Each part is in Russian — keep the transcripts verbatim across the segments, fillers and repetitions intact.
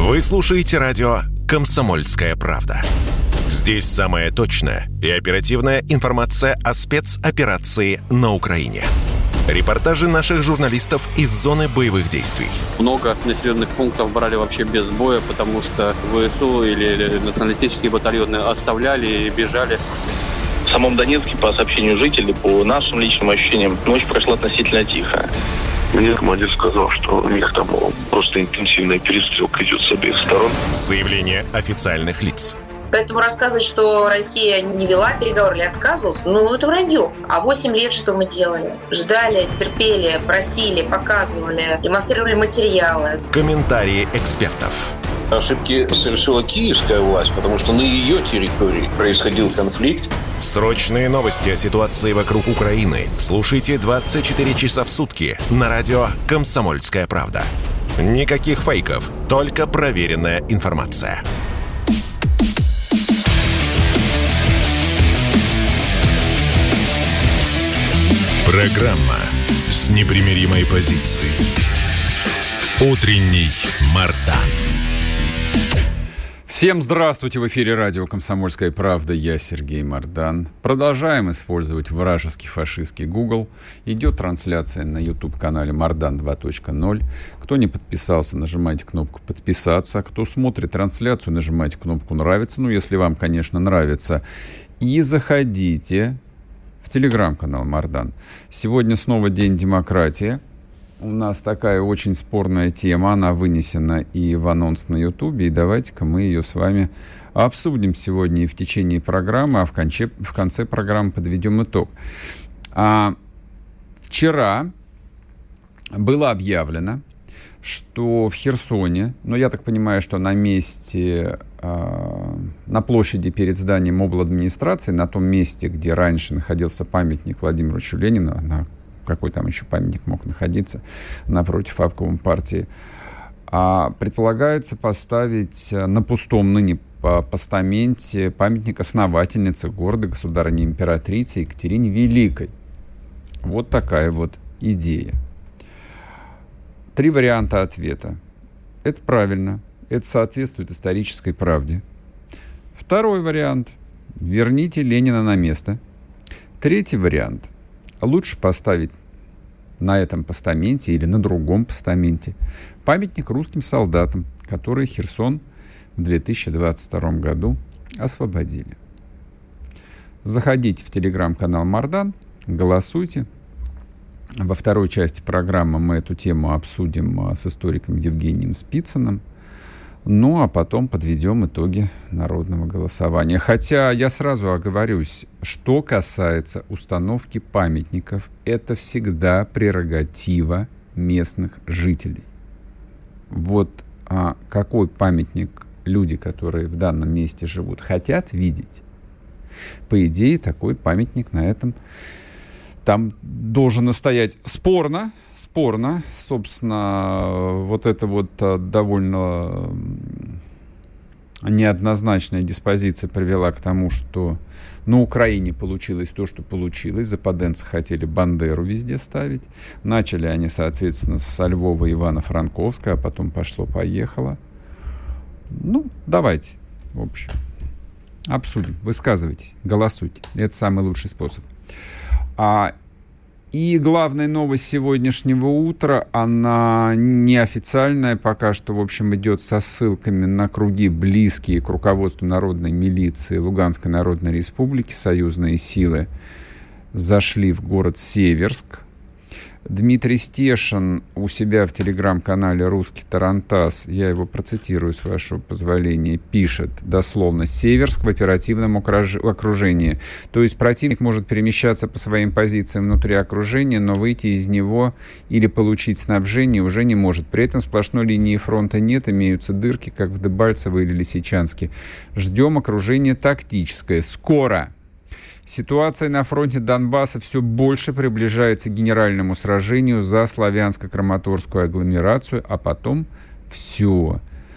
Вы слушаете радио «Комсомольская правда». Здесь самая точная и оперативная информация о спецоперации на Украине. Репортажи наших журналистов из зоны боевых действий. Много населенных пунктов брали вообще без боя, потому что ВСУ или националистические батальоны оставляли и бежали. В самом Донецке, по сообщению жителей, по нашим личным ощущениям, ночь прошла относительно тихо. Мне командир сказал, что у них там просто интенсивная перестрелка идет с обеих сторон. Заявление официальных лиц. Поэтому рассказывать, что Россия не вела переговоры или отказывалась, ну, это вранье. А восемь лет что мы делали? Ждали, терпели, просили, показывали, демонстрировали материалы. Комментарии экспертов. Ошибки совершила киевская власть, потому что на ее территории происходил конфликт. Срочные новости о ситуации вокруг Украины слушайте двадцать четыре часа в сутки на радио «Комсомольская правда». Никаких фейков, только проверенная информация. Программа с непримиримой позицией. Утренний Мардан. Всем здравствуйте! В эфире радио «Комсомольская правда». Я Сергей Мардан. Продолжаем использовать вражеский фашистский Google. Идет трансляция на YouTube-канале Мардан два точка ноль. Кто не подписался, нажимайте кнопку «Подписаться». Кто смотрит трансляцию, нажимайте кнопку «Нравится». Ну, если вам, конечно, нравится. И заходите в телеграм-канал Мардан. Сегодня снова День демократии. У нас такая очень спорная тема, она вынесена и в анонс на Ютубе, и давайте-ка мы ее с вами обсудим сегодня и в течение программы, а в конце, в конце программы подведем итог. А, вчера было объявлено, что в Херсоне, ну, я так понимаю, что на месте, э, на площади перед зданием обладминистрации, на том месте, где раньше находился памятник Владимиру Ильичу Ленину, на какой там еще памятник мог находиться, напротив обкома партии, а предполагается поставить на пустом ныне постаменте памятник основательнице города, государыне императрице Екатерине Великой. Вот такая вот идея. Три варианта ответа. Это правильно. Это соответствует исторической правде. Второй вариант. Верните Ленина на место. Третий вариант. Лучше поставить на этом постаменте или на другом постаменте памятник русским солдатам, которые Херсон в две тысячи двадцать втором году освободили. Заходите в телеграм-канал Мардан, голосуйте. Во второй части программы мы эту тему обсудим с историком Евгением Спицыным. Ну, а потом подведем итоги народного голосования. Хотя я сразу оговорюсь, что касается установки памятников, это всегда прерогатива местных жителей. Вот а какой памятник люди, которые в данном месте живут, хотят видеть, по идее, такой памятник на этом там должен стоять. Спорно, спорно. Собственно, вот это вот довольно неоднозначная диспозиция привела к тому, что на Украине получилось то, что получилось. Западенцы хотели Бандеру везде ставить. Начали они, соответственно, со Львова, Ивано-Франковска, а потом пошло-поехало. Ну, давайте, в общем, обсудим. Высказывайтесь, голосуйте. Это самый лучший способ. А, и главная новость сегодняшнего утра, она неофициальная пока что, в общем, идет со ссылками на круги, близкие к руководству народной милиции Луганской Народной Республики. Союзные силы зашли в город Северск. Дмитрий Стешин у себя в телеграм-канале «Русский Тарантас», я его процитирую, с вашего позволения, пишет дословно: «Северск в оперативном окружении». То есть противник может перемещаться по своим позициям внутри окружения, но выйти из него или получить снабжение уже не может. При этом сплошной линии фронта нет, имеются дырки, как в Дебальцево или Лисичанске. Ждем окружение тактическое. Скоро. Ситуация на фронте Донбасса все больше приближается к генеральному сражению за славянско-краматорскую агломерацию, а потом все.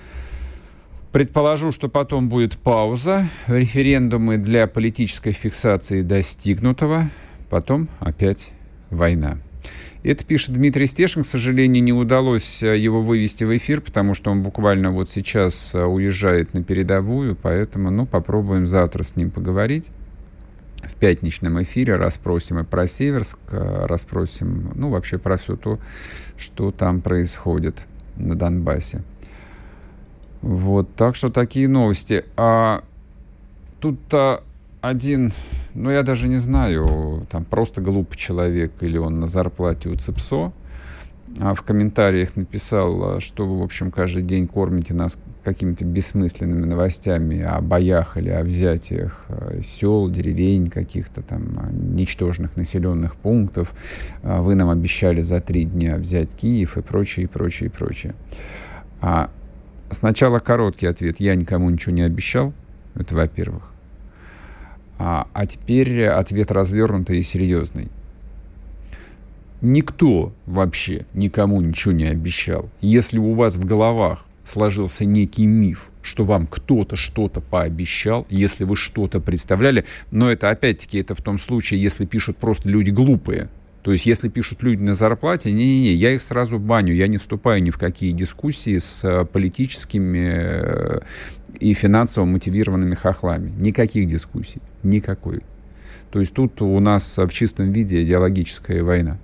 Предположу, что потом будет пауза, референдумы для политической фиксации достигнутого, потом опять война. Это пишет Дмитрий Стешин. К сожалению, не удалось его вывести в эфир, потому что он буквально вот сейчас уезжает на передовую, поэтому, ну, попробуем завтра с ним поговорить. В пятничном эфире расспросим и про Северск, расспросим, ну, вообще про все то, что там происходит на Донбассе. Вот, так что такие новости. А тут-то один, ну, я даже не знаю, там просто глупый человек или он на зарплате у ЦИПСО, а в комментариях написал, что вы, в общем, каждый день кормите нас какими-то бессмысленными новостями о боях или о взятиях сел, деревень, каких-то там ничтожных населенных пунктов. Вы нам обещали за три дня взять Киев и прочее, и прочее, и прочее. А сначала короткий ответ. Я никому ничего не обещал. Это во-первых. А, а теперь ответ развернутый и серьезный. Никто вообще никому ничего не обещал. Если у вас в головах сложился некий миф, что вам кто-то что-то пообещал, если вы что-то представляли, но это опять-таки это в том случае, если пишут просто люди глупые. То есть, если пишут люди на зарплате, не-не-не, я их сразу баню, я не вступаю ни в какие дискуссии с политическими и финансово мотивированными хохлами. Никаких дискуссий, никакой. То есть, тут у нас в чистом виде идеологическая война.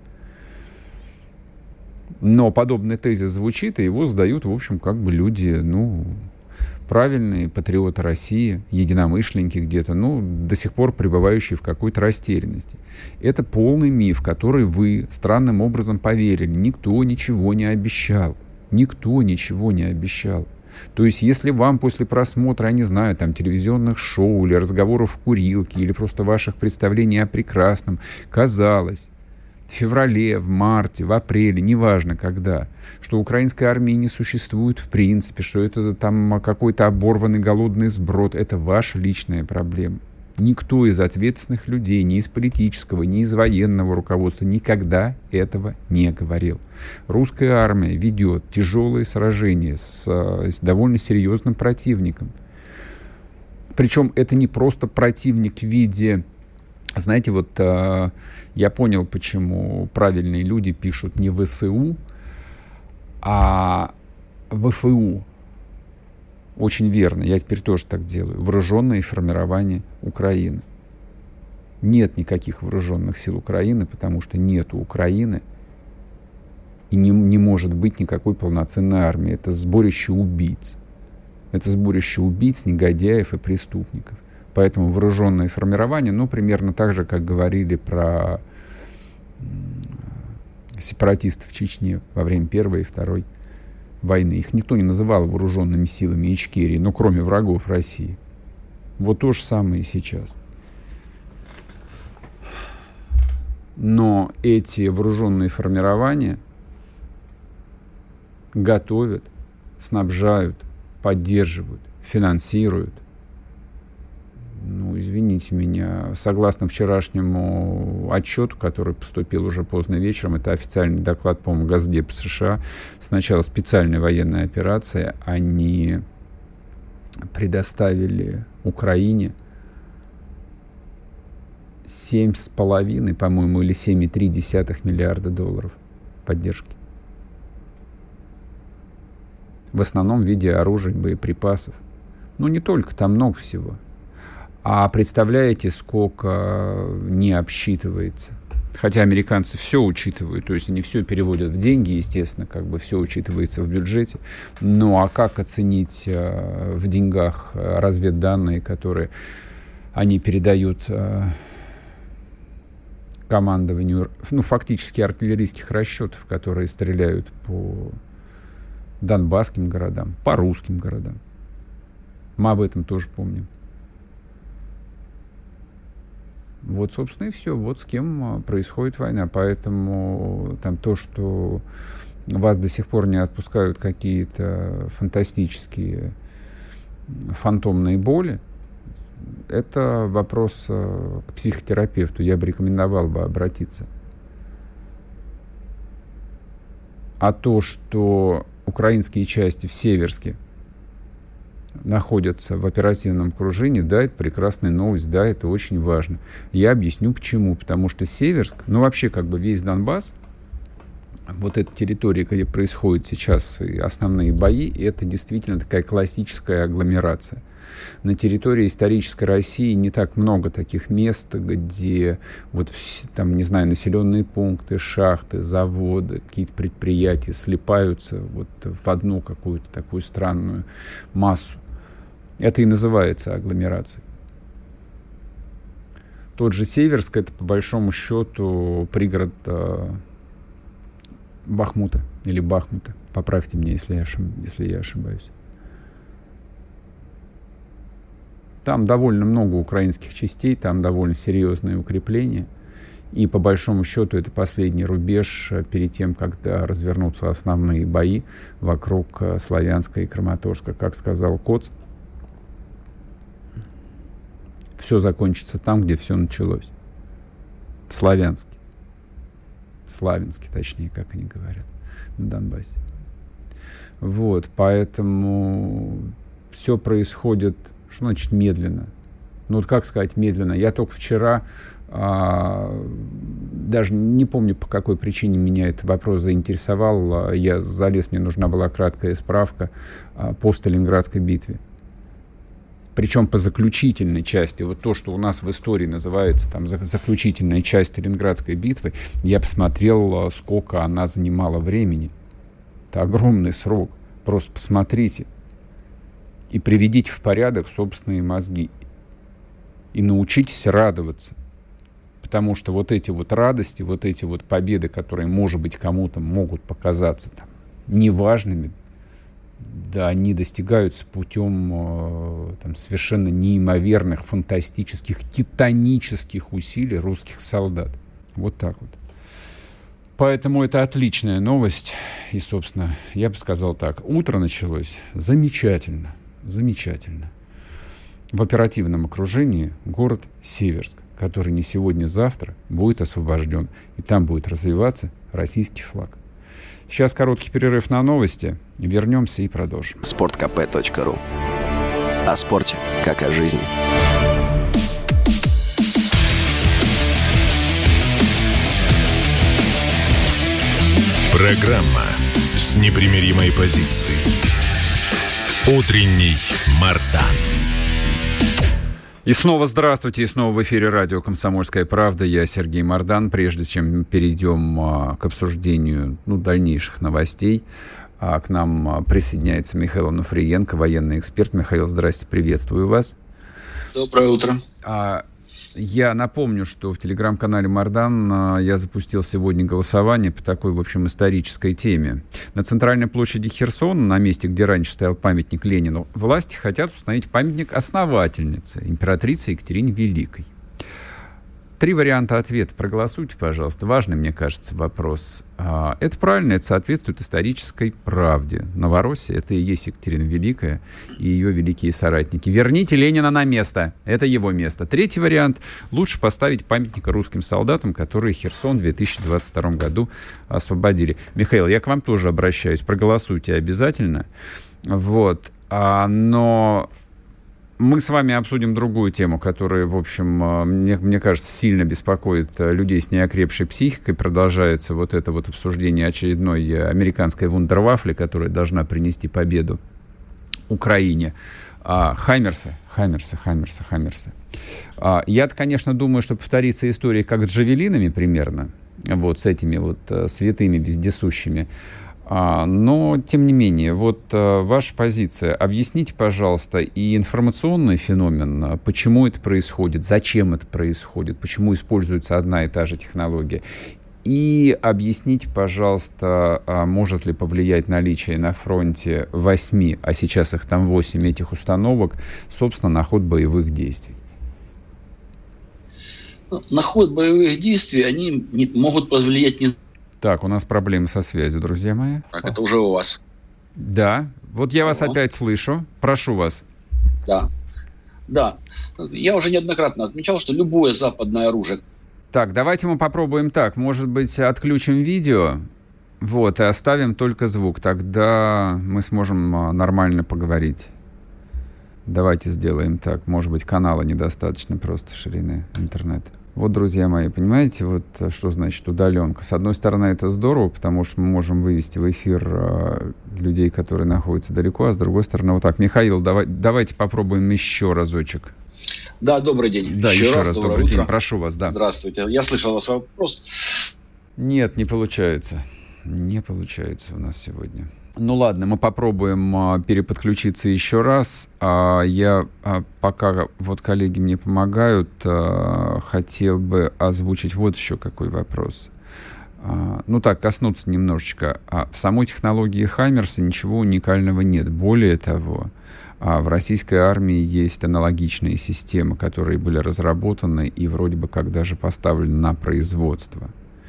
Но подобный тезис звучит, и его задают, в общем, как бы люди, ну, правильные патриоты России, единомышленники где-то, ну, до сих пор пребывающие в какой-то растерянности. Это полный миф, в который вы странным образом поверили. Никто ничего не обещал. Никто ничего не обещал. То есть, если вам после просмотра, я не знаю, там, телевизионных шоу или разговоров в курилке, или просто ваших представлений о прекрасном казалось, в феврале, в марте, в апреле, неважно когда, что украинской армии не существует в принципе, что это там какой-то оборванный голодный сброд, это ваша личная проблема. Никто из ответственных людей, ни из политического, ни из военного руководства никогда этого не говорил. Русская армия ведет тяжелые сражения с, с довольно серьезным противником. Причем это не просто противник в виде... Знаете, вот э, я понял, почему правильные люди пишут не ВСУ, а ВФУ. Очень верно, я теперь тоже так делаю. Вооруженные формирования Украины. Нет никаких вооруженных сил Украины, потому что нету Украины и не, не может быть никакой полноценной армии. Это сборище убийц. Это сборище убийц, негодяев и преступников. Поэтому вооруженные формирования, ну, примерно так же, как говорили про сепаратистов в Чечне во время Первой и Второй войны. Их никто не называл вооруженными силами Ичкерии, ну, кроме врагов России. Вот то же самое и сейчас. Но эти вооруженные формирования готовят, снабжают, поддерживают, финансируют. Ну, извините меня, согласно вчерашнему отчету, который поступил уже поздно вечером, это официальный доклад, по-моему, Госдепа США, сначала специальная военная операция, они предоставили Украине семь с половиной, по-моему, или семь и три десятых миллиарда долларов поддержки. В основном в виде оружия и боеприпасов. Ну, не только, там много всего. А представляете, сколько не обсчитывается? Хотя американцы все учитывают, то есть они все переводят в деньги, естественно, как бы все учитывается в бюджете. Ну а как оценить э, в деньгах разведданные, которые они передают э, командованию, ну фактически артиллерийских расчетов, которые стреляют по донбасским городам, по русским городам? Мы об этом тоже помним. Вот, собственно, и все. Вот с кем происходит война. Поэтому там то, что вас до сих пор не отпускают какие-то фантастические фантомные боли, это вопрос к психотерапевту. Я бы рекомендовал бы обратиться. А то, что украинские части в Северске находятся в оперативном окружении, да, это прекрасная новость, да, это очень важно. Я объясню почему. Потому что Северск, ну вообще как бы весь Донбасс, вот эта территория, где происходят сейчас и основные бои, это действительно такая классическая агломерация. На территории исторической России не так много таких мест, где вот там, не знаю, населенные пункты, шахты, заводы, какие-то предприятия слипаются вот в одну какую-то такую странную массу. Это и называется агломерацией. Тот же Северск — это по большому счету пригород э, Бахмута или Бахмута. Поправьте меня, если я, ошиб... если я ошибаюсь. Там довольно много украинских частей, там довольно серьезные укрепления. И по большому счету это последний рубеж перед тем, когда развернутся основные бои вокруг Славянска и Краматорска. Как сказал Коц, все закончится там, где все началось. В Славянске. В Славянске, точнее, как они говорят, на Донбассе. Вот, поэтому все происходит, что значит медленно? Ну, вот как сказать медленно? Я только вчера, а, даже не помню, по какой причине меня этот вопрос заинтересовал. Я залез, мне нужна была краткая справка а, по Сталинградской битве. Причем по заключительной части, вот то, что у нас в истории называется там заключительная часть Сталинградской битвы, я посмотрел, сколько она занимала времени. Это огромный срок. Просто посмотрите и приведите в порядок собственные мозги. И научитесь радоваться. Потому что вот эти вот радости, вот эти вот победы, которые, может быть, кому-то могут показаться там неважными, да, они достигаются путем э, там, совершенно неимоверных, фантастических, титанических усилий русских солдат. Вот так вот. Поэтому это отличная новость. И, собственно, я бы сказал так. Утро началось замечательно. Замечательно. В оперативном окружении город Северск, который не сегодня-завтра будет освобожден. И там будет развиваться российский флаг. Сейчас короткий перерыв на новости. Вернемся и продолжим. спорт кей пи точка ру. О спорте, как о жизни. Программа с непримиримой позицией. Утренний Мардан. И снова здравствуйте, и снова в эфире радио «Комсомольская правда». Я Сергей Мардан. Прежде чем перейдем а, к обсуждению ну, дальнейших новостей, а, к нам а, присоединяется Михаил Онуфриенко, военный эксперт. Михаил, здрасте, приветствую вас. Доброе утро. А, я напомню, что в телеграм-канале Мардан а, я запустил сегодня голосование по такой, в общем, исторической теме. На центральной площади Херсона, на месте, где раньше стоял памятник Ленину, власти хотят установить памятник основательнице, императрице Екатерине Великой. Три варианта ответа. Проголосуйте, пожалуйста. Важный, мне кажется, вопрос. А, это правильно, это соответствует исторической правде. Новороссия — это и есть Екатерина Великая и ее великие соратники. Верните Ленина на место. Это его место. Третий вариант. Лучше поставить памятник русским солдатам, которые Херсон в две тысячи двадцать втором году освободили. Михаил, я к вам тоже обращаюсь. Проголосуйте обязательно. Вот. А, но... Мы с вами обсудим другую тему, которая, в общем, мне, мне кажется, сильно беспокоит людей с неокрепшей психикой. Продолжается вот это вот обсуждение очередной американской вундервафли, которая должна принести победу Украине. А, Хаймерсы, Хаймерсы, Хаймерсы, Хаймерсы. А, я-то, конечно, думаю, что повторится история как с джавелинами примерно, вот с этими вот а, святыми вездесущими. А, но, тем не менее, вот а, ваша позиция. Объясните, пожалуйста, и информационный феномен, почему это происходит, зачем это происходит, почему используется одна и та же технология. И объясните, пожалуйста, а может ли повлиять наличие на фронте восьми, а сейчас их там восемь этих установок, собственно, на ход боевых действий? На ход боевых действий они не, могут повлиять не... Так, у нас проблемы со связью, друзья мои. Так, это уже у вас. Да, вот я вас О. опять слышу. Прошу вас. Да, да. Я уже неоднократно отмечал, что любое западное оружие... Так, давайте мы попробуем так. Может быть, отключим видео, вот, и оставим только звук. Тогда мы сможем нормально поговорить. Давайте сделаем так. Может быть, канала недостаточно просто ширины интернета. Вот, друзья мои, понимаете, вот что значит удаленка? С одной стороны, это здорово, потому что мы можем вывести в эфир э, людей, которые находятся далеко, а с другой стороны, вот так. Михаил, давай, давайте попробуем еще разочек. Да, добрый день. Да, еще, еще раз, раз добрый утро. День, прошу вас, да. Здравствуйте, я слышал ваш вопрос. Нет, не получается. Не получается у нас сегодня. Ну ладно, мы попробуем а, переподключиться еще раз. А, я, а, пока вот коллеги мне помогают, а, хотел бы озвучить вот еще какой вопрос. А, ну так, коснуться немножечко. А, в самой технологии Хаймерса ничего уникального нет. Более того, а, в российской армии есть аналогичные системы, которые были разработаны и вроде бы как даже поставлены на производство.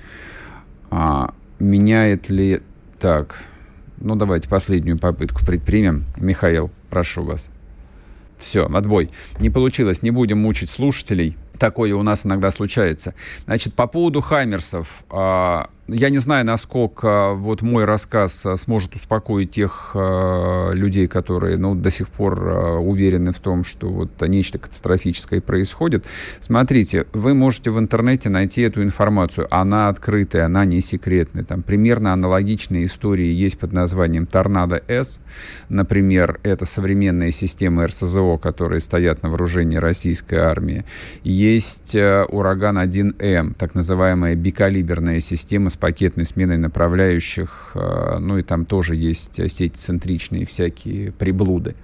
А, меняет ли... Так... Ну, давайте последнюю попытку предпримем. Михаил, прошу вас. Все, отбой. Не получилось, не будем мучить слушателей. Такое у нас иногда случается. Значит, по поводу Хаймерсов. Э, я не знаю, насколько вот мой рассказ сможет успокоить тех э, людей, которые ну, до сих пор э, уверены в том, что вот нечто катастрофическое происходит. Смотрите, вы можете в интернете найти эту информацию. Она открытая, она не секретная. Там примерно аналогичные истории есть под названием «Торнадо-С». Например, это современные системы эр эс зэ о, которые стоят на вооружении российской армии. Есть э, «Ураган один эм», так называемая бикалиберная система с пакетной сменой направляющих, э, ну и там тоже есть сеть-центричные всякие приблуды.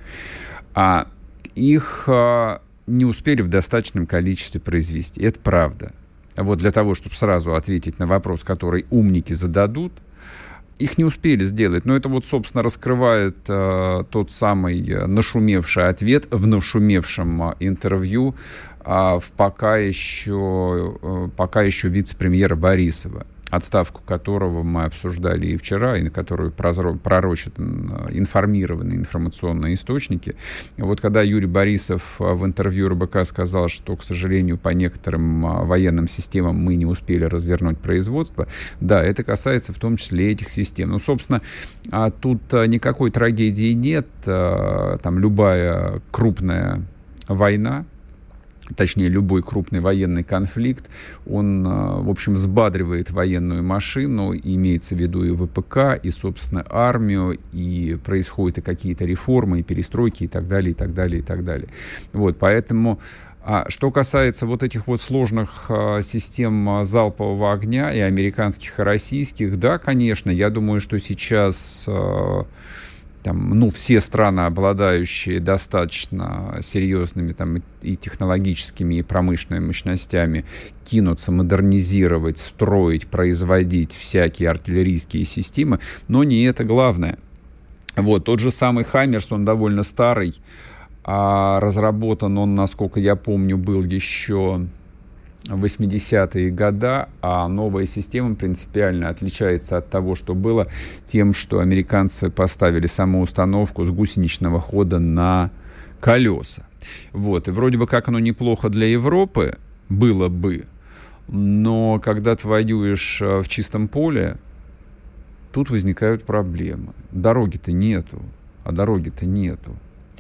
А их э, не успели в достаточном количестве произвести. Это правда. Вот для того, чтобы сразу ответить на вопрос, который умники зададут, их не успели сделать, но это вот, собственно, раскрывает э, тот самый нашумевший ответ в нашумевшем э, интервью э, в пока еще, э, пока еще вице-премьера Борисова, отставку которого мы обсуждали и вчера, и на которую пророчат информированные информационные источники. Вот когда Юрий Борисов в интервью эр бэ ка сказал, что, к сожалению, по некоторым военным системам мы не успели развернуть производство, да, это касается в том числе этих систем. Ну, собственно, тут никакой трагедии нет. Там любая крупная война, точнее, любой крупный военный конфликт, он, в общем, взбадривает военную машину, имеется в виду и вэ пэ ка, и, собственно, армию, и происходят и какие-то реформы, и перестройки, и так далее, и так далее, и так далее. Вот, поэтому... А что касается вот этих вот сложных а, систем залпового огня, и американских, и российских, да, конечно, я думаю, что сейчас... А, Там, ну, все страны, обладающие достаточно серьезными там, и технологическими, и промышленными мощностями, кинутся модернизировать, строить, производить всякие артиллерийские системы, но не это главное. Вот, тот же самый «Хаймерс», он довольно старый, а разработан он, насколько я помню, был еще... восьмидесятые годы, а новая система принципиально отличается от того, что было, тем, что американцы поставили самоустановку с гусеничного хода на колеса. Вот. И вроде бы как оно неплохо для Европы было бы, но когда ты воюешь в чистом поле, тут возникают проблемы. Дороги-то нету, а дороги-то нету.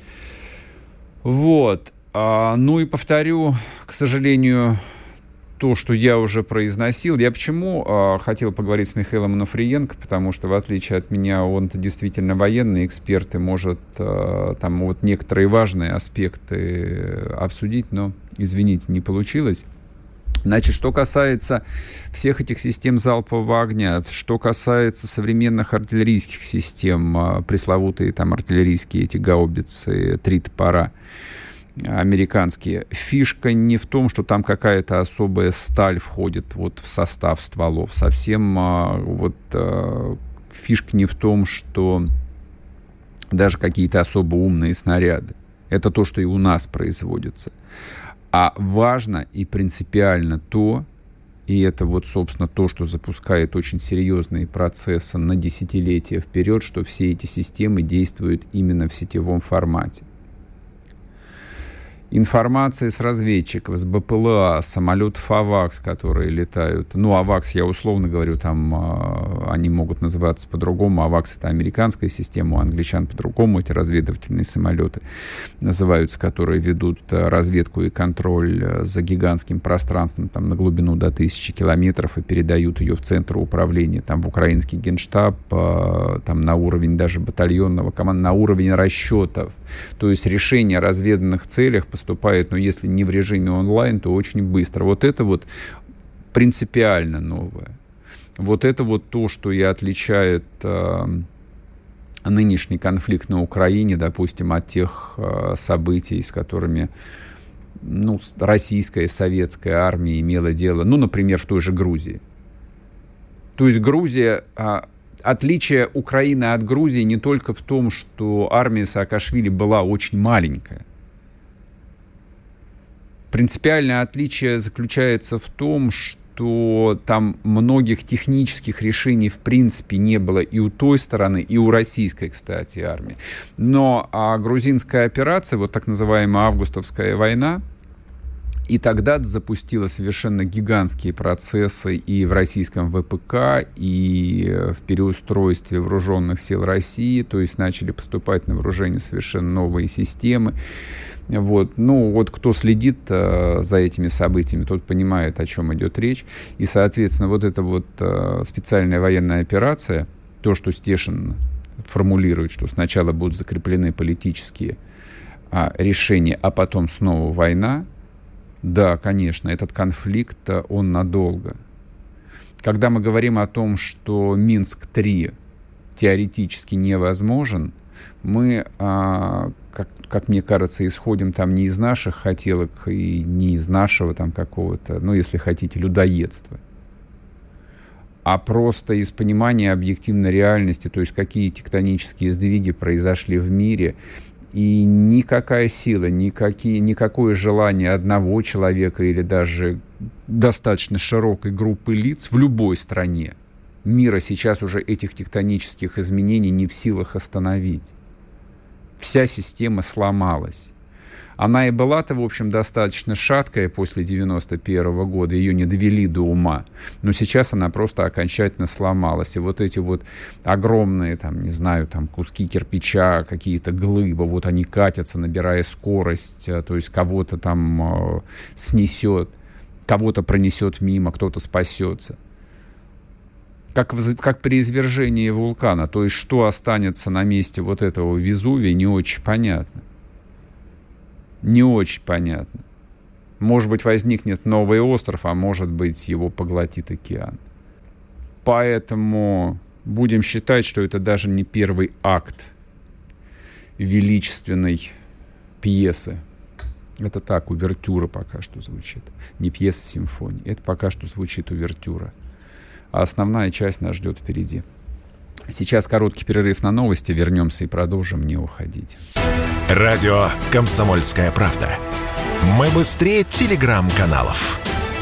Вот. А, ну и повторю, к сожалению, то, что я уже произносил. Я почему э, хотел поговорить с Михаилом Онуфриенко, потому что, в отличие от меня, он-то действительно военный эксперт и может э, там вот некоторые важные аспекты обсудить, но, извините, не получилось. Значит, что касается всех этих систем залпового огня, что касается современных артиллерийских систем, э, пресловутые там артиллерийские эти гаубицы «Три топора», американские. Фишка не в том, что там какая-то особая сталь входит вот в состав стволов. Совсем а, вот а, фишка не в том, что даже какие-то особо умные снаряды. Это то, что и у нас производится. А важно и принципиально то, и это вот, собственно, то, что запускает очень серьезные процессы на десятилетия вперед, что все эти системы действуют именно в сетевом формате. информация с разведчиков, с БПЛА, с самолетов АВАКС, которые летают. Ну, АВАКС, я условно говорю, там э, они могут называться по-другому. АВАКС — это американская система, у англичан по-другому эти разведывательные самолеты называются, которые ведут разведку и контроль за гигантским пространством там, на глубину до тысячи километров и передают ее в центр управления, там, в украинский генштаб, э, там, на уровень даже батальонного команд, на уровень расчетов. То есть решение о разведанных целях поступает, но ну, если не в режиме онлайн, то очень быстро. Вот это вот принципиально новое. Вот это вот то, что и отличает э, нынешний конфликт на Украине, допустим, от тех э, событий, с которыми ну, российская, советская армия имела дело, ну, например, в той же Грузии. То есть Грузия... Э, Отличие Украины от Грузии не только в том, что армия Саакашвили была очень маленькая. Принципиальное отличие заключается в том, что там многих технических решений в принципе не было и у той стороны, и у российской, кстати, армии. Но а грузинская операция, вот так называемая августовская война, и тогда запустила совершенно гигантские процессы и в российском ВПК, и в переустройстве вооруженных сил России, то есть начали поступать на вооружение совершенно новые системы. Вот. Ну, вот кто следит э, за этими событиями, тот понимает, о чем идет речь. И, соответственно, вот эта вот э, специальная военная операция, то, что Стешин формулирует, что сначала будут закреплены политические а, решения, а потом снова война, да, конечно, этот конфликт, он надолго. Когда мы говорим о том, что Минск три теоретически невозможен, мы, а, как, как мне кажется, исходим там не из наших хотелок и не из нашего там какого-то, ну, если хотите, людоедства, а просто из понимания объективной реальности, то есть какие тектонические сдвиги произошли в мире. И никакая сила, никакие, никакое желание одного человека или даже достаточно широкой группы лиц в любой стране мира сейчас уже этих тектонических изменений не в силах остановить. Вся система сломалась. Она и была-то, в общем, достаточно шаткая после девяносто первого года, ее не довели до ума, но сейчас она просто окончательно сломалась. И вот эти вот огромные, там, не знаю, там, куски кирпича, какие-то глыбы, вот они катятся, набирая скорость, то есть кого-то там э, снесет, кого-то пронесет мимо, кто-то спасется. Как, в, как при извержении вулкана, то есть что останется на месте вот этого Везувия, не очень понятно. Не очень понятно. Может быть, возникнет новый остров, а может быть, его поглотит океан. Поэтому будем считать, что это даже не первый акт величественной пьесы. Это так, увертюра пока что звучит. Не пьеса, симфония. Это пока что звучит увертюра. А основная часть нас ждет впереди. Сейчас короткий перерыв на новости. Вернемся и продолжим. Не уходите. Радио «Комсомольская правда». Мы быстрее телеграм-каналов.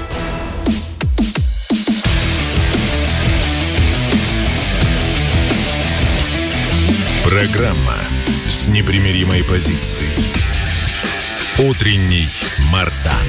Программа с непримиримой позицией. Утренний Мардан.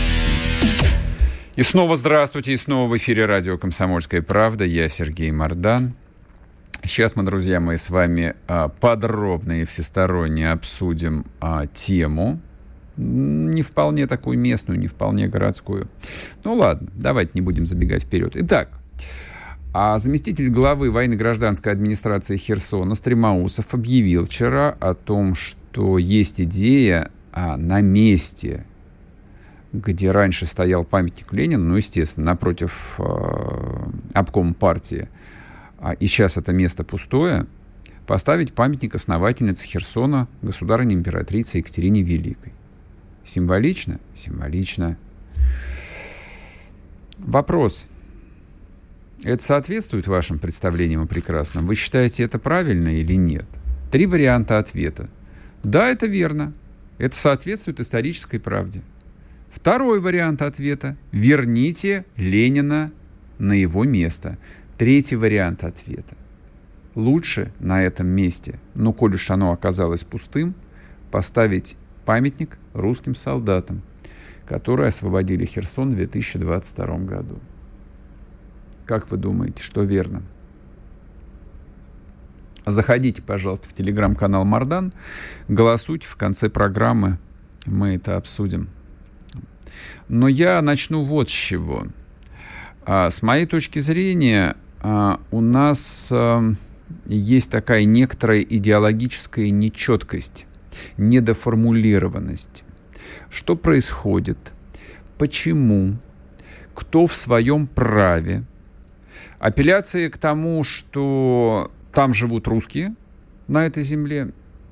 И снова здравствуйте, и снова в эфире радио «Комсомольская правда». Я Сергей Мардан. Сейчас мы, друзья мои, с вами а, подробно и всесторонне обсудим а, тему, не вполне такую местную, не вполне городскую. Ну ладно, давайте не будем забегать вперед. Итак, а заместитель главы военно-гражданской администрации Херсона Стремоусов объявил вчера о том, что есть идея а, на месте, где раньше стоял памятник Ленину, ну, естественно, напротив э, обкома партии, а, и сейчас это место пустое, поставить памятник основательнице Херсона, государыне императрице Екатерине Великой. Символично? Символично. Вопрос. Это соответствует вашим представлениям о прекрасном? Вы считаете это правильно или нет? Три варианта ответа. Да, это верно. Это соответствует исторической правде. Второй вариант ответа. Верните Ленина на его место. Третий вариант ответа. Лучше на этом месте, но коль уж оно оказалось пустым, поставить Памятник русским солдатам, которые освободили Херсон в две тысячи двадцать втором году. Как вы думаете, что верно? Заходите, пожалуйста, в телеграм-канал Мардан, голосуйте, в конце программы мы это обсудим. Но я начну вот с чего. А, с моей точки зрения, а, у нас а, есть такая некоторая идеологическая нечеткость, недоформулированность. Что происходит? Почему? Кто в своем праве? Апелляции к тому, что там живут русские на этой земле,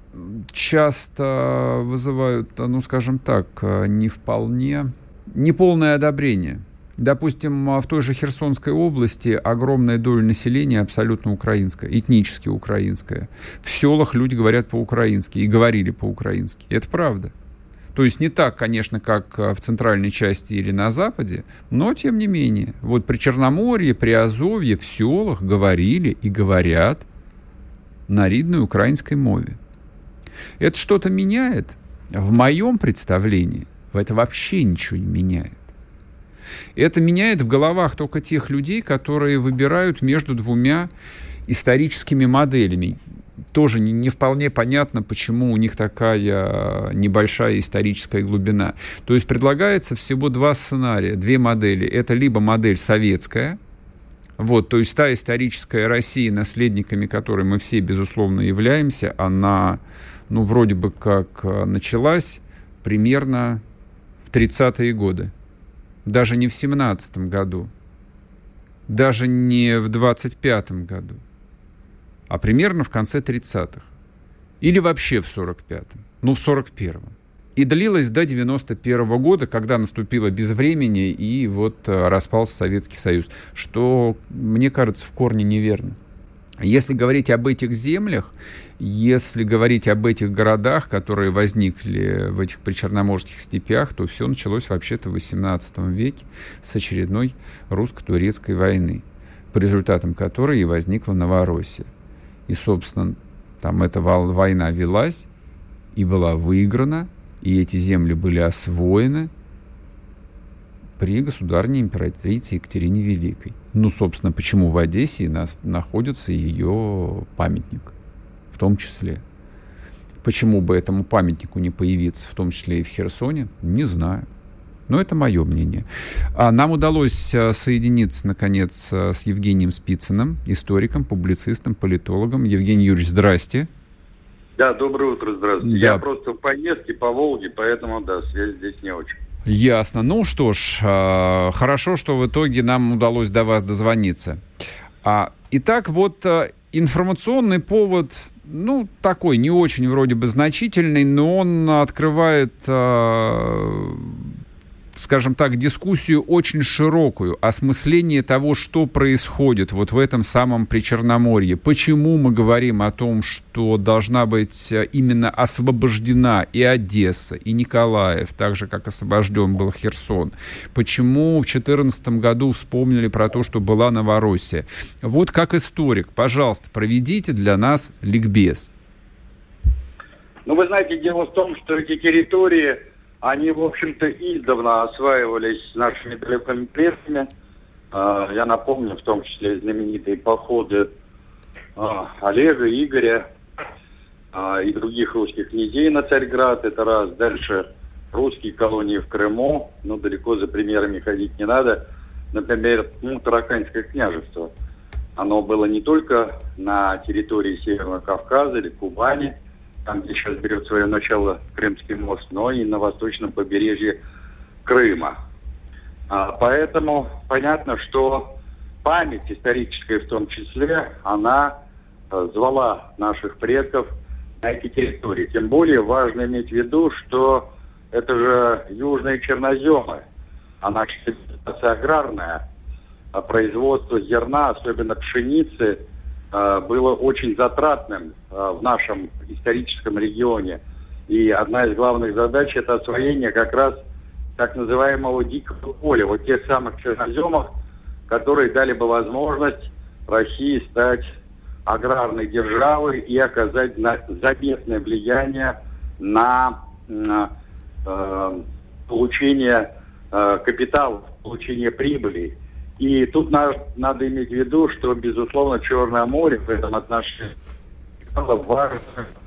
часто вызывают, ну, скажем так, не вполне, неполное одобрение. Допустим, в той же Херсонской области огромная доля населения абсолютно украинская, этнически украинская. В селах люди говорят по-украински и говорили по-украински. Это правда. То есть не так, конечно, как в центральной части или на западе, но тем не менее. Вот при Черноморье, при Азовье, в селах говорили и говорят на рідной украинской мове. Это что-то меняет? В моем представлении это вообще ничего не меняет. Это меняет в головах только тех людей, которые выбирают между двумя историческими моделями. Тоже не, не вполне понятно, почему у них такая небольшая историческая глубина. То есть предлагается всего два сценария, две модели. Это либо модель советская, вот, то есть та историческая Россия, наследниками которой мы все, безусловно, являемся, она, ну, вроде бы как началась примерно в тридцатые годы. Даже не в семнадцатом году, даже не в двадцать пятом году, а примерно в конце тридцатых. Или вообще в сорок пятом, ну, в сорок первом. И длилась до девяносто первого года, когда наступило безвременье и вот распался Советский Союз, что, мне кажется, в корне неверно. Если говорить об этих землях, если говорить об этих городах, которые возникли в этих причерноморских степях, то все началось вообще-то в восемнадцатом веке с очередной русско-турецкой войны, по результатам которой и возникла Новороссия. И, собственно, там эта война велась и была выиграна, и эти земли были освоены при государственной императрице Екатерине Великой. Ну, собственно, почему в Одессе нас находится ее памятник, в том числе. Почему бы этому памятнику не появиться, в том числе и в Херсоне, не знаю. Но это мое мнение. А нам удалось соединиться, наконец, с Евгением Спицыным, историком, публицистом, политологом. Евгений Юрьевич, здрасте. Да, доброе утро, здравствуйте. Да. Я просто в поездке по Волге, поэтому, да, связь здесь не очень. Ясно. Ну что ж, э, хорошо, что в итоге нам удалось до вас дозвониться. А, итак, вот э, информационный повод, ну, такой не очень вроде бы значительный, но он открывает, э, скажем так, дискуссию очень широкую, осмысление того, что происходит вот в этом самом Причерноморье. Почему мы говорим о том, что должна быть именно освобождена и Одесса, и Николаев, так же, как освобожден был Херсон. Почему в две тысячи четырнадцатом году вспомнили про то, что была Новороссия. Вот как историк, пожалуйста, проведите для нас ликбез. Ну, вы знаете, дело в том, что эти территории, они, в общем-то, издавна осваивались нашими далекими предками. Я напомню, в том числе, знаменитые походы Олега, Игоря и других русских князей на Царьград. Это раз. Дальше русские колонии в Крыму. Ну, далеко за примерами ходить не надо. Например, ну, Тараканское княжество. Оно было не только на территории Северного Кавказа или Кубани, там, где сейчас берет свое начало Крымский мост, но и на восточном побережье Крыма. А, поэтому понятно, что память историческая в том числе, она а, звала наших предков на эти территории. Тем более важно иметь в виду, что это же южные черноземы, а наша ситуация аграрная, а производство зерна, особенно пшеницы, было очень затратным в нашем историческом регионе. И одна из главных задач – это освоение как раз так называемого дикого поля, вот тех самых черноземов, которые дали бы возможность России стать аграрной державой и оказать заметное влияние на э, э, получения э, капитала, получения прибыли. И тут надо, надо иметь в виду, что, безусловно, Черное море в этом отношении важно.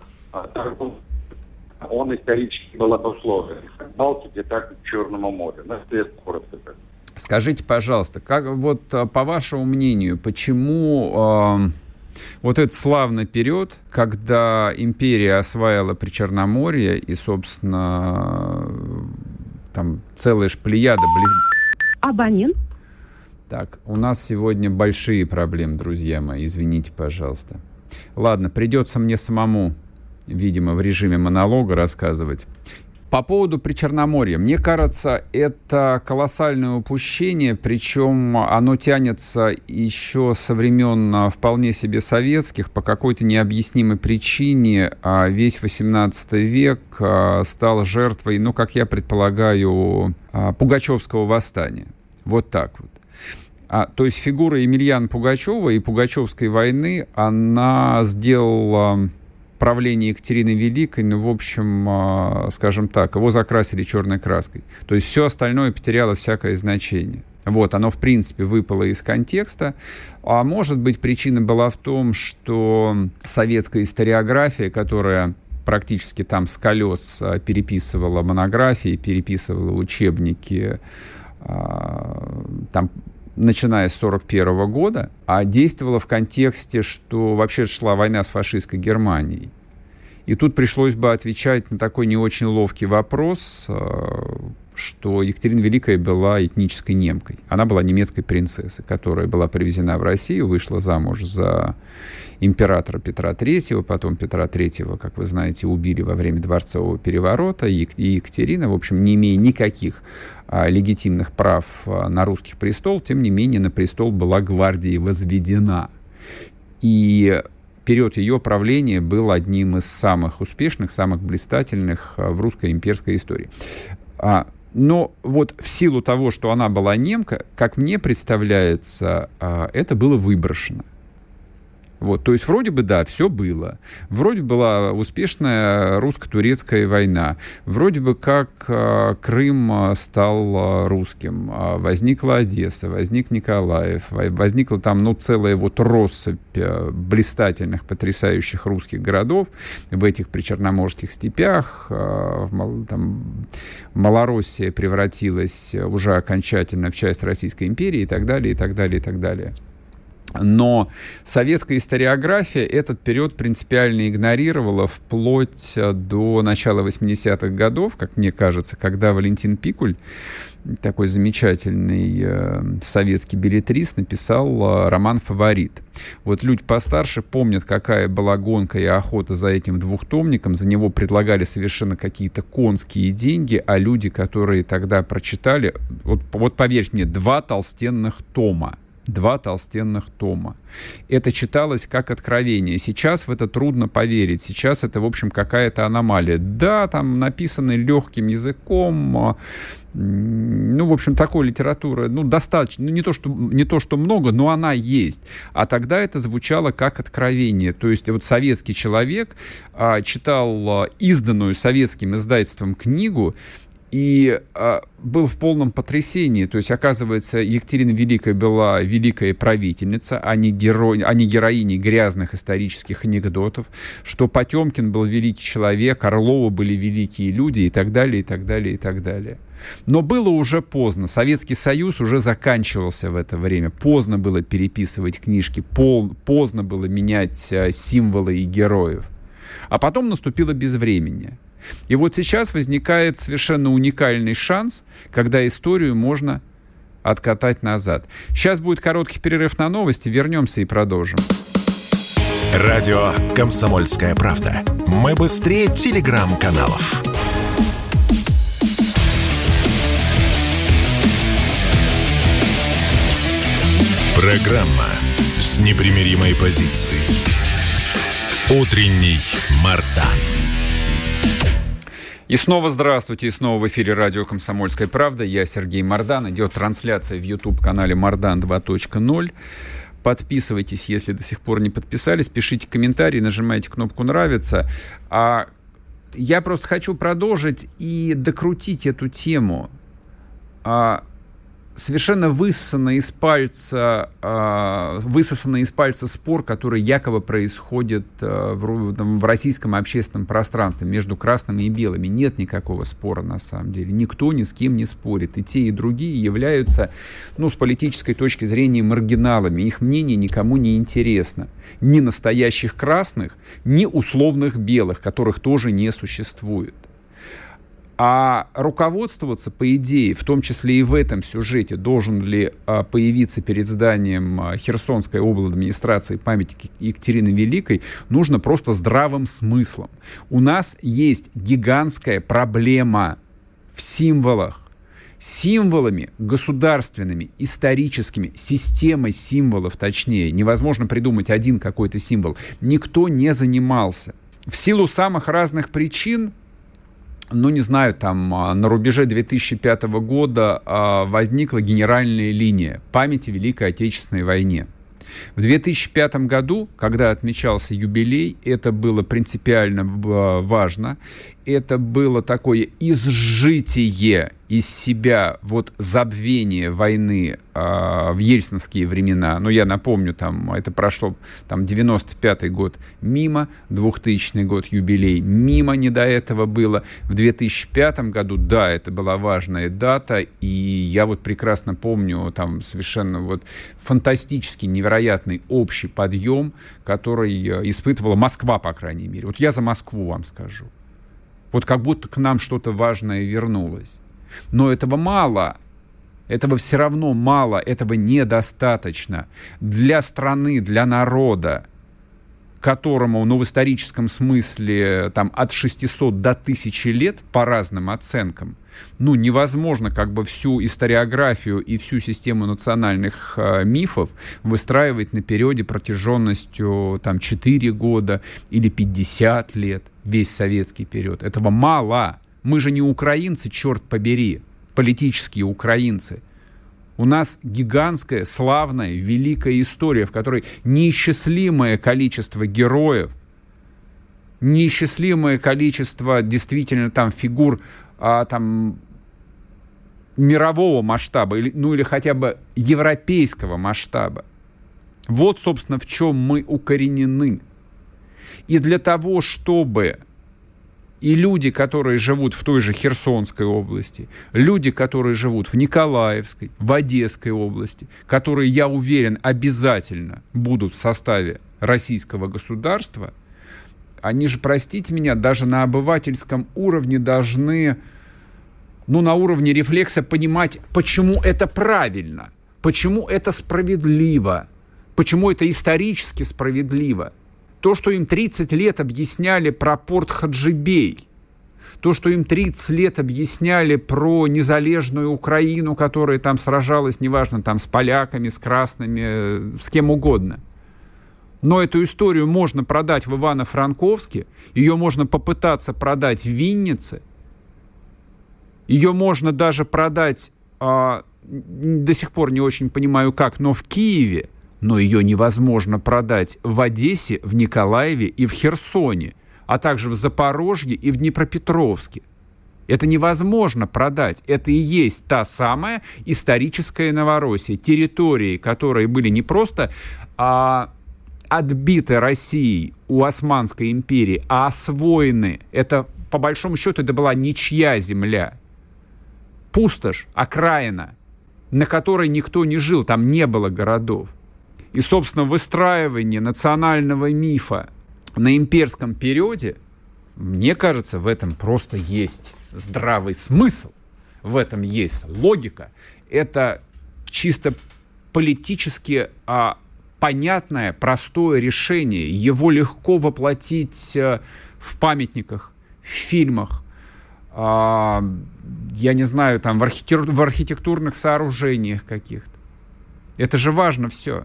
Он исторически был обусловлен как к Балтике, так и к Черному морю. Ну, это коротко. Скажите, пожалуйста, как вот по вашему мнению, почему э, вот этот славный период, когда империя осваивала Причерноморье и, собственно, там целая шплеяда... Близ... Абонент. Так, у нас сегодня большие проблемы, друзья мои, извините, пожалуйста. Ладно, придется мне самому, видимо, в режиме монолога рассказывать. По поводу Причерноморья. Мне кажется, это колоссальное упущение, причем оно тянется еще со времен вполне себе советских. По какой-то необъяснимой причине весь восемнадцатый век стал жертвой, ну, как я предполагаю, Пугачевского восстания. Вот так вот. А, то есть фигура Емельяна Пугачева и Пугачевской войны, она сделала правление Екатерины Великой, ну, в общем, скажем так, его закрасили черной краской. То есть все остальное потеряло всякое значение. Вот, оно, в принципе, выпало из контекста. А может быть, причина была в том, что советская историография, которая практически там с колес переписывала монографии, переписывала учебники, там, начиная с сорок первого года, а действовала в контексте, что вообще шла война с фашистской Германией. И тут пришлось бы отвечать на такой не очень ловкий вопрос, что Екатерина Великая была этнической немкой. Она была немецкой принцессой, которая была привезена в Россию, вышла замуж за императора Петра Третьего, потом Петра Третьего, как вы знаете, убили во время дворцового переворота, и Екатерина, в общем, не имея никаких а, легитимных прав а, на русский престол, тем не менее на престол была гвардией возведена. И период ее правления был одним из самых успешных, самых блистательных а, в русской имперской истории. А, но вот в силу того, что она была немка, как мне представляется, а, это было выброшено. Вот, то есть вроде бы, да, все было. Вроде была успешная русско-турецкая война. Вроде бы как э, Крым стал э, русским. Э, возникла Одесса, возник Николаев. Возникла там, ну, целая вот россыпь э, блистательных, потрясающих русских городов в этих причерноморских степях. Э, в, там, Малороссия превратилась уже окончательно в часть Российской империи и так далее, и так далее, и так далее. Но советская историография этот период принципиально игнорировала вплоть до начала восьмидесятых годов, как мне кажется, когда Валентин Пикуль, такой замечательный э, советский беллетрист, написал э, роман «Фаворит». Вот люди постарше помнят, какая была гонка и охота за этим двухтомником. За него предлагали совершенно какие-то конские деньги, а люди, которые тогда прочитали, вот, вот поверьте мне, два толстенных тома. Два толстенных тома. Это читалось как откровение. Сейчас в это трудно поверить. Сейчас это, в общем, какая-то аномалия. Да, там написано легким языком. Ну, в общем, такой литературы, ну, достаточно. Ну, не то, что, не то, что много, но она есть. А тогда это звучало как откровение. То есть вот советский человек а, читал а, изданную советским издательством книгу, и а, был в полном потрясении. То есть, оказывается, Екатерина Великая была великая правительница, а не, герой, а не героиня грязных исторических анекдотов, что Потемкин был великий человек, Орловы были великие люди и так далее, и так далее, и так далее. Но было уже поздно. Советский Союз уже заканчивался в это время. Поздно было переписывать книжки, пол, поздно было менять а, символы и героев. А потом наступило безвременье. И вот сейчас возникает совершенно уникальный шанс, когда историю можно откатать назад. Сейчас будет короткий перерыв на новости, вернемся и продолжим. Радио «Комсомольская правда». Мы быстрее телеграм-каналов. Программа с непримиримой позицией. Утренний Мардан. И снова здравствуйте, и снова в эфире радио «Комсомольская правда». Я Сергей Мардан. Идет трансляция в YouTube-канале Мардан два точка ноль. Подписывайтесь, если до сих пор не подписались. Пишите комментарии, нажимайте кнопку «Нравится». А я просто хочу продолжить и докрутить эту тему. А, совершенно высосанный из пальца, а, высосанный из пальца спор, который якобы происходит а, в, в российском общественном пространстве между красными и белыми. Нет никакого спора на самом деле. Никто ни с кем не спорит. И те, и другие являются, ну, с политической точки зрения, маргиналами. Их мнение никому не интересно. Ни настоящих красных, ни условных белых, которых тоже не существует. А руководствоваться, по идее, в том числе и в этом сюжете, должен ли а, появиться перед зданием а, Херсонской областной администрации памятник Екатерины Великой, нужно просто здравым смыслом. У нас есть гигантская проблема в символах. Символами государственными, историческими, системой символов, точнее, невозможно придумать один какой-то символ. Никто не занимался. В силу самых разных причин, ну, не знаю, там на рубеже две тысячи пятого года а, возникла генеральная линия памяти Великой Отечественной войне. В две тысячи пятом году, когда отмечался юбилей, это было принципиально важно. Это было такое изжитие из себя вот забвение войны э, в ельцинские времена. Но я напомню, там это прошло там девяносто пятый год мимо, двухтысячный год юбилей мимо, не до этого было. В две тысячи пятом году, да, это была важная дата, и я вот прекрасно помню там совершенно вот фантастический, невероятный общий подъем, который испытывала Москва, по крайней мере. Вот я за Москву вам скажу. Вот как будто к нам что-то важное вернулось. Но этого мало. Этого все равно мало. Этого недостаточно. Для страны, для народа, которому, ну, в историческом смысле там, от шестисот до тысячи лет, по разным оценкам, ну, невозможно как бы всю историографию и всю систему национальных э, мифов выстраивать на периоде протяженностью там, четыре года или пятьдесят лет, весь советский период. Этого мало. Мы же не украинцы, черт побери, политические украинцы. У нас гигантская, славная, великая история, в которой неисчислимое количество героев, неисчислимое количество действительно там фигур а, там, мирового масштаба, или, ну или хотя бы европейского масштаба. Вот, собственно, в чем мы укоренены. И для того, чтобы и люди, которые живут в той же Херсонской области, люди, которые живут в Николаевской, в Одесской области, которые, я уверен, обязательно будут в составе российского государства, они же, простите меня, даже на обывательском уровне должны, ну, на уровне рефлекса понимать, почему это правильно, почему это справедливо, почему это исторически справедливо. То, что им тридцать лет объясняли про порт Хаджибей, то, что им тридцать лет объясняли про незалежную Украину, которая там сражалась, неважно, там с поляками, с красными, с кем угодно. Но эту историю можно продать в Ивано-Франковске, ее можно попытаться продать в Виннице, ее можно даже продать, а, до сих пор не очень понимаю как, но в Киеве. Но ее невозможно продать в Одессе, в Николаеве и в Херсоне, а также в Запорожье и в Днепропетровске. Это невозможно продать. Это и есть та самая историческая Новороссия. Территории, которые были не просто а, отбиты Россией у Османской империи, а освоены. Это, по большому счету, это была ничья земля. Пустошь, окраина, на которой никто не жил, там не было городов. И, собственно, выстраивание национального мифа на имперском периоде, мне кажется, в этом просто есть здравый смысл, в этом есть логика. Это чисто политически а, понятное, простое решение. Его легко воплотить а, в памятниках, в фильмах, а, я не знаю, там, в, архитектур, в архитектурных сооружениях каких-то. Это же важно все.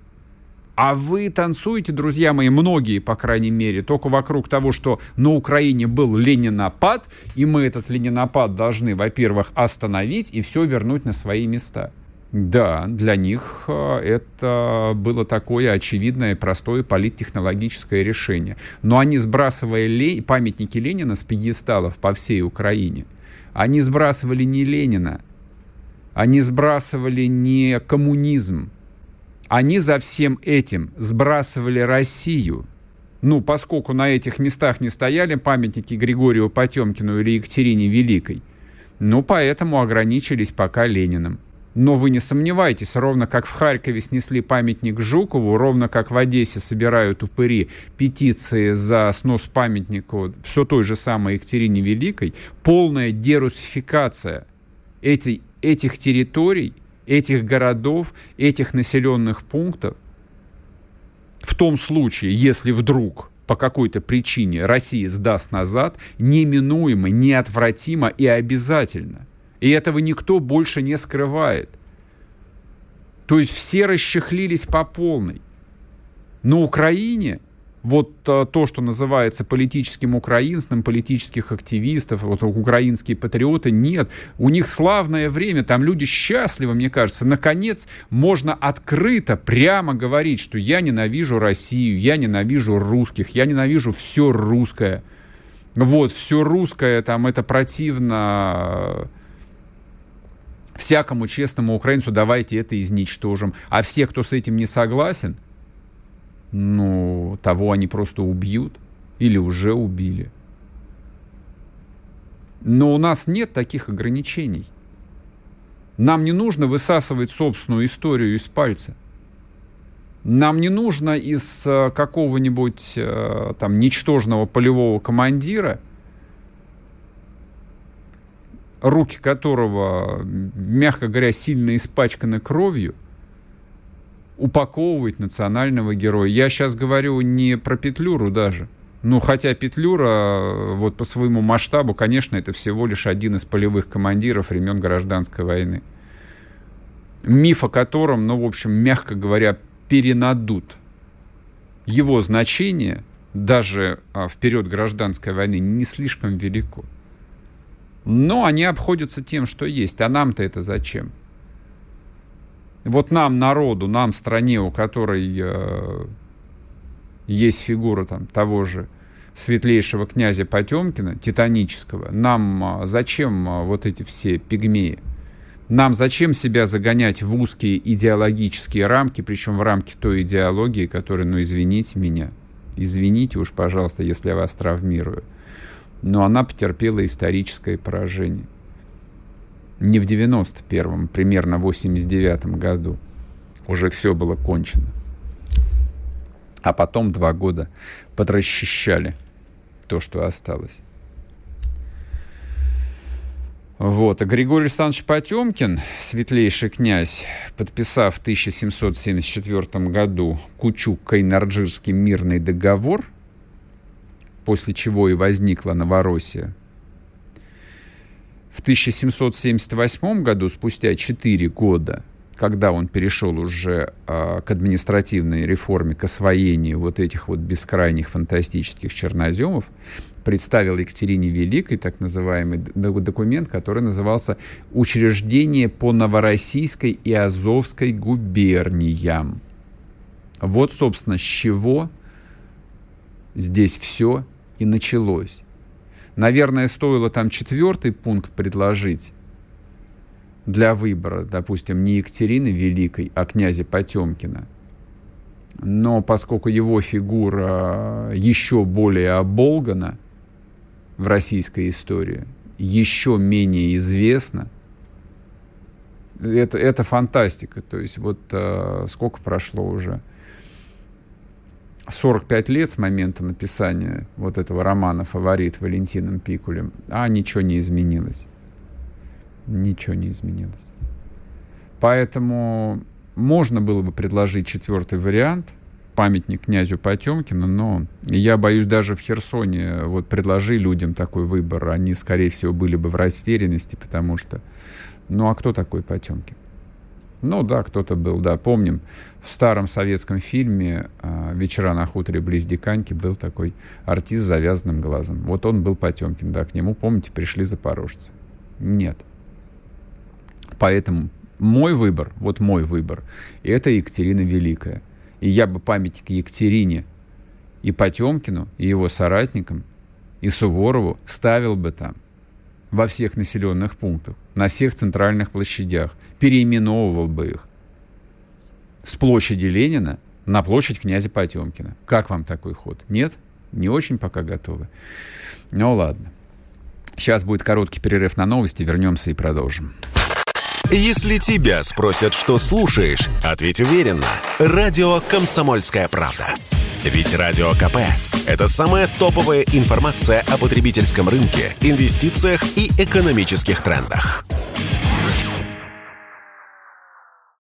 А вы танцуете, друзья мои, многие, по крайней мере, только вокруг того, что на Украине был ленинопад, и мы этот ленинопад должны, во-первых, остановить и все вернуть на свои места. Да, для них это было такое очевидное, простое политтехнологическое решение. Но они, сбрасывая Ле... памятники Ленина с пьедесталов по всей Украине, они сбрасывали не Ленина, они сбрасывали не коммунизм, они за всем этим сбрасывали Россию. Ну, поскольку на этих местах не стояли памятники Григорию Потемкину или Екатерине Великой, ну, поэтому ограничились пока Лениным. Но вы не сомневайтесь, ровно как в Харькове снесли памятник Жукову, ровно как в Одессе собирают упыри петиции за снос памятника все той же самой Екатерине Великой, полная дерусификация эти, этих территорий, этих городов, этих населенных пунктов, в том случае, если вдруг по какой-то причине Россия сдаст назад, неминуемо, неотвратимо и обязательно. И этого никто больше не скрывает. То есть все расчехлились по полной. На Украине вот а, то, что называется политическим украинством, политических активистов, вот украинские патриоты, нет. У них славное время, там люди счастливы, мне кажется. Наконец можно открыто, прямо говорить, что я ненавижу Россию, я ненавижу русских, я ненавижу все русское. Вот, все русское, там, это противно всякому честному украинцу, давайте это изничтожим. А все, кто с этим не согласен, ну, того они просто убьют или уже убили. Но у нас нет таких ограничений. Нам не нужно высасывать собственную историю из пальца. Нам не нужно из какого-нибудь там ничтожного полевого командира, руки которого, мягко говоря, сильно испачканы кровью, упаковывать национального героя. Я сейчас говорю не про Петлюру даже. Ну, хотя Петлюра вот по своему масштабу, конечно, это всего лишь один из полевых командиров времен Гражданской войны. Миф о котором, ну, в общем, мягко говоря, перенадут. Его значение даже а, в период Гражданской войны не слишком велико. Но они обходятся тем, что есть. А нам-то это зачем? Вот нам, народу, нам, стране, у которой э, есть фигура там, того же светлейшего князя Потемкина, титанического, нам э, зачем э, вот эти все пигмеи? Нам зачем себя загонять в узкие идеологические рамки, причем в рамки той идеологии, которая, ну, извините меня, извините уж, пожалуйста, если я вас травмирую, но она потерпела историческое поражение. Не в девяносто первом, примерно в восемьдесят девятом году уже все было кончено. А потом два года подрасчищали то, что осталось. Вот. А Григорий Александрович Потемкин, светлейший князь, подписав в тысяча семьсот семьдесят четвёртом году Кучук-Кайнарджирский мирный договор, после чего и возникла Новороссия, в тысяча семьсот семьдесят восьмом году, спустя четыре года, когда он перешел уже а, к административной реформе, к освоению вот этих вот бескрайних фантастических черноземов, представил Екатерине Великой так называемый документ, который назывался «Учреждение по Новороссийской и Азовской губерниям». Вот, собственно, с чего здесь все и началось. Наверное, стоило там четвертый пункт предложить для выбора, допустим, не Екатерины Великой, а князя Потемкина. Но поскольку его фигура еще более оболгана в российской истории, еще менее известна, это, это фантастика. То есть вот а, сколько прошло уже? сорок пять лет с момента написания вот этого романа «Фаворит» Валентином Пикулем, а ничего не изменилось. Ничего не изменилось. Поэтому можно было бы предложить четвертый вариант, памятник князю Потемкину, но я боюсь, даже в Херсоне вот предложи людям такой выбор, они, скорее всего, были бы в растерянности, потому что, ну а кто такой Потемкин? Ну да, кто-то был, да, помним, в старом советском фильме «Вечера на хуторе близ Диканьки» был такой артист с завязанным глазом. Вот он был Потемкин, да, к нему, помните, пришли запорожцы. Нет. Поэтому Мой выбор, вот мой выбор, это Екатерина Великая. И я бы памятник Екатерине и Потемкину, и его соратникам, и Суворову ставил бы там, во всех населенных пунктах, на всех центральных площадях, переименовывал бы их с площади Ленина на площадь князя Потемкина. Как вам такой ход? Нет? Не очень пока готовы? Ну ладно. Сейчас будет короткий перерыв на новости, вернемся и продолжим. Если тебя спросят, что слушаешь, ответь уверенно. Радио «Комсомольская правда». Ведь Радио КП – это самая топовая информация о потребительском рынке, инвестициях и экономических трендах.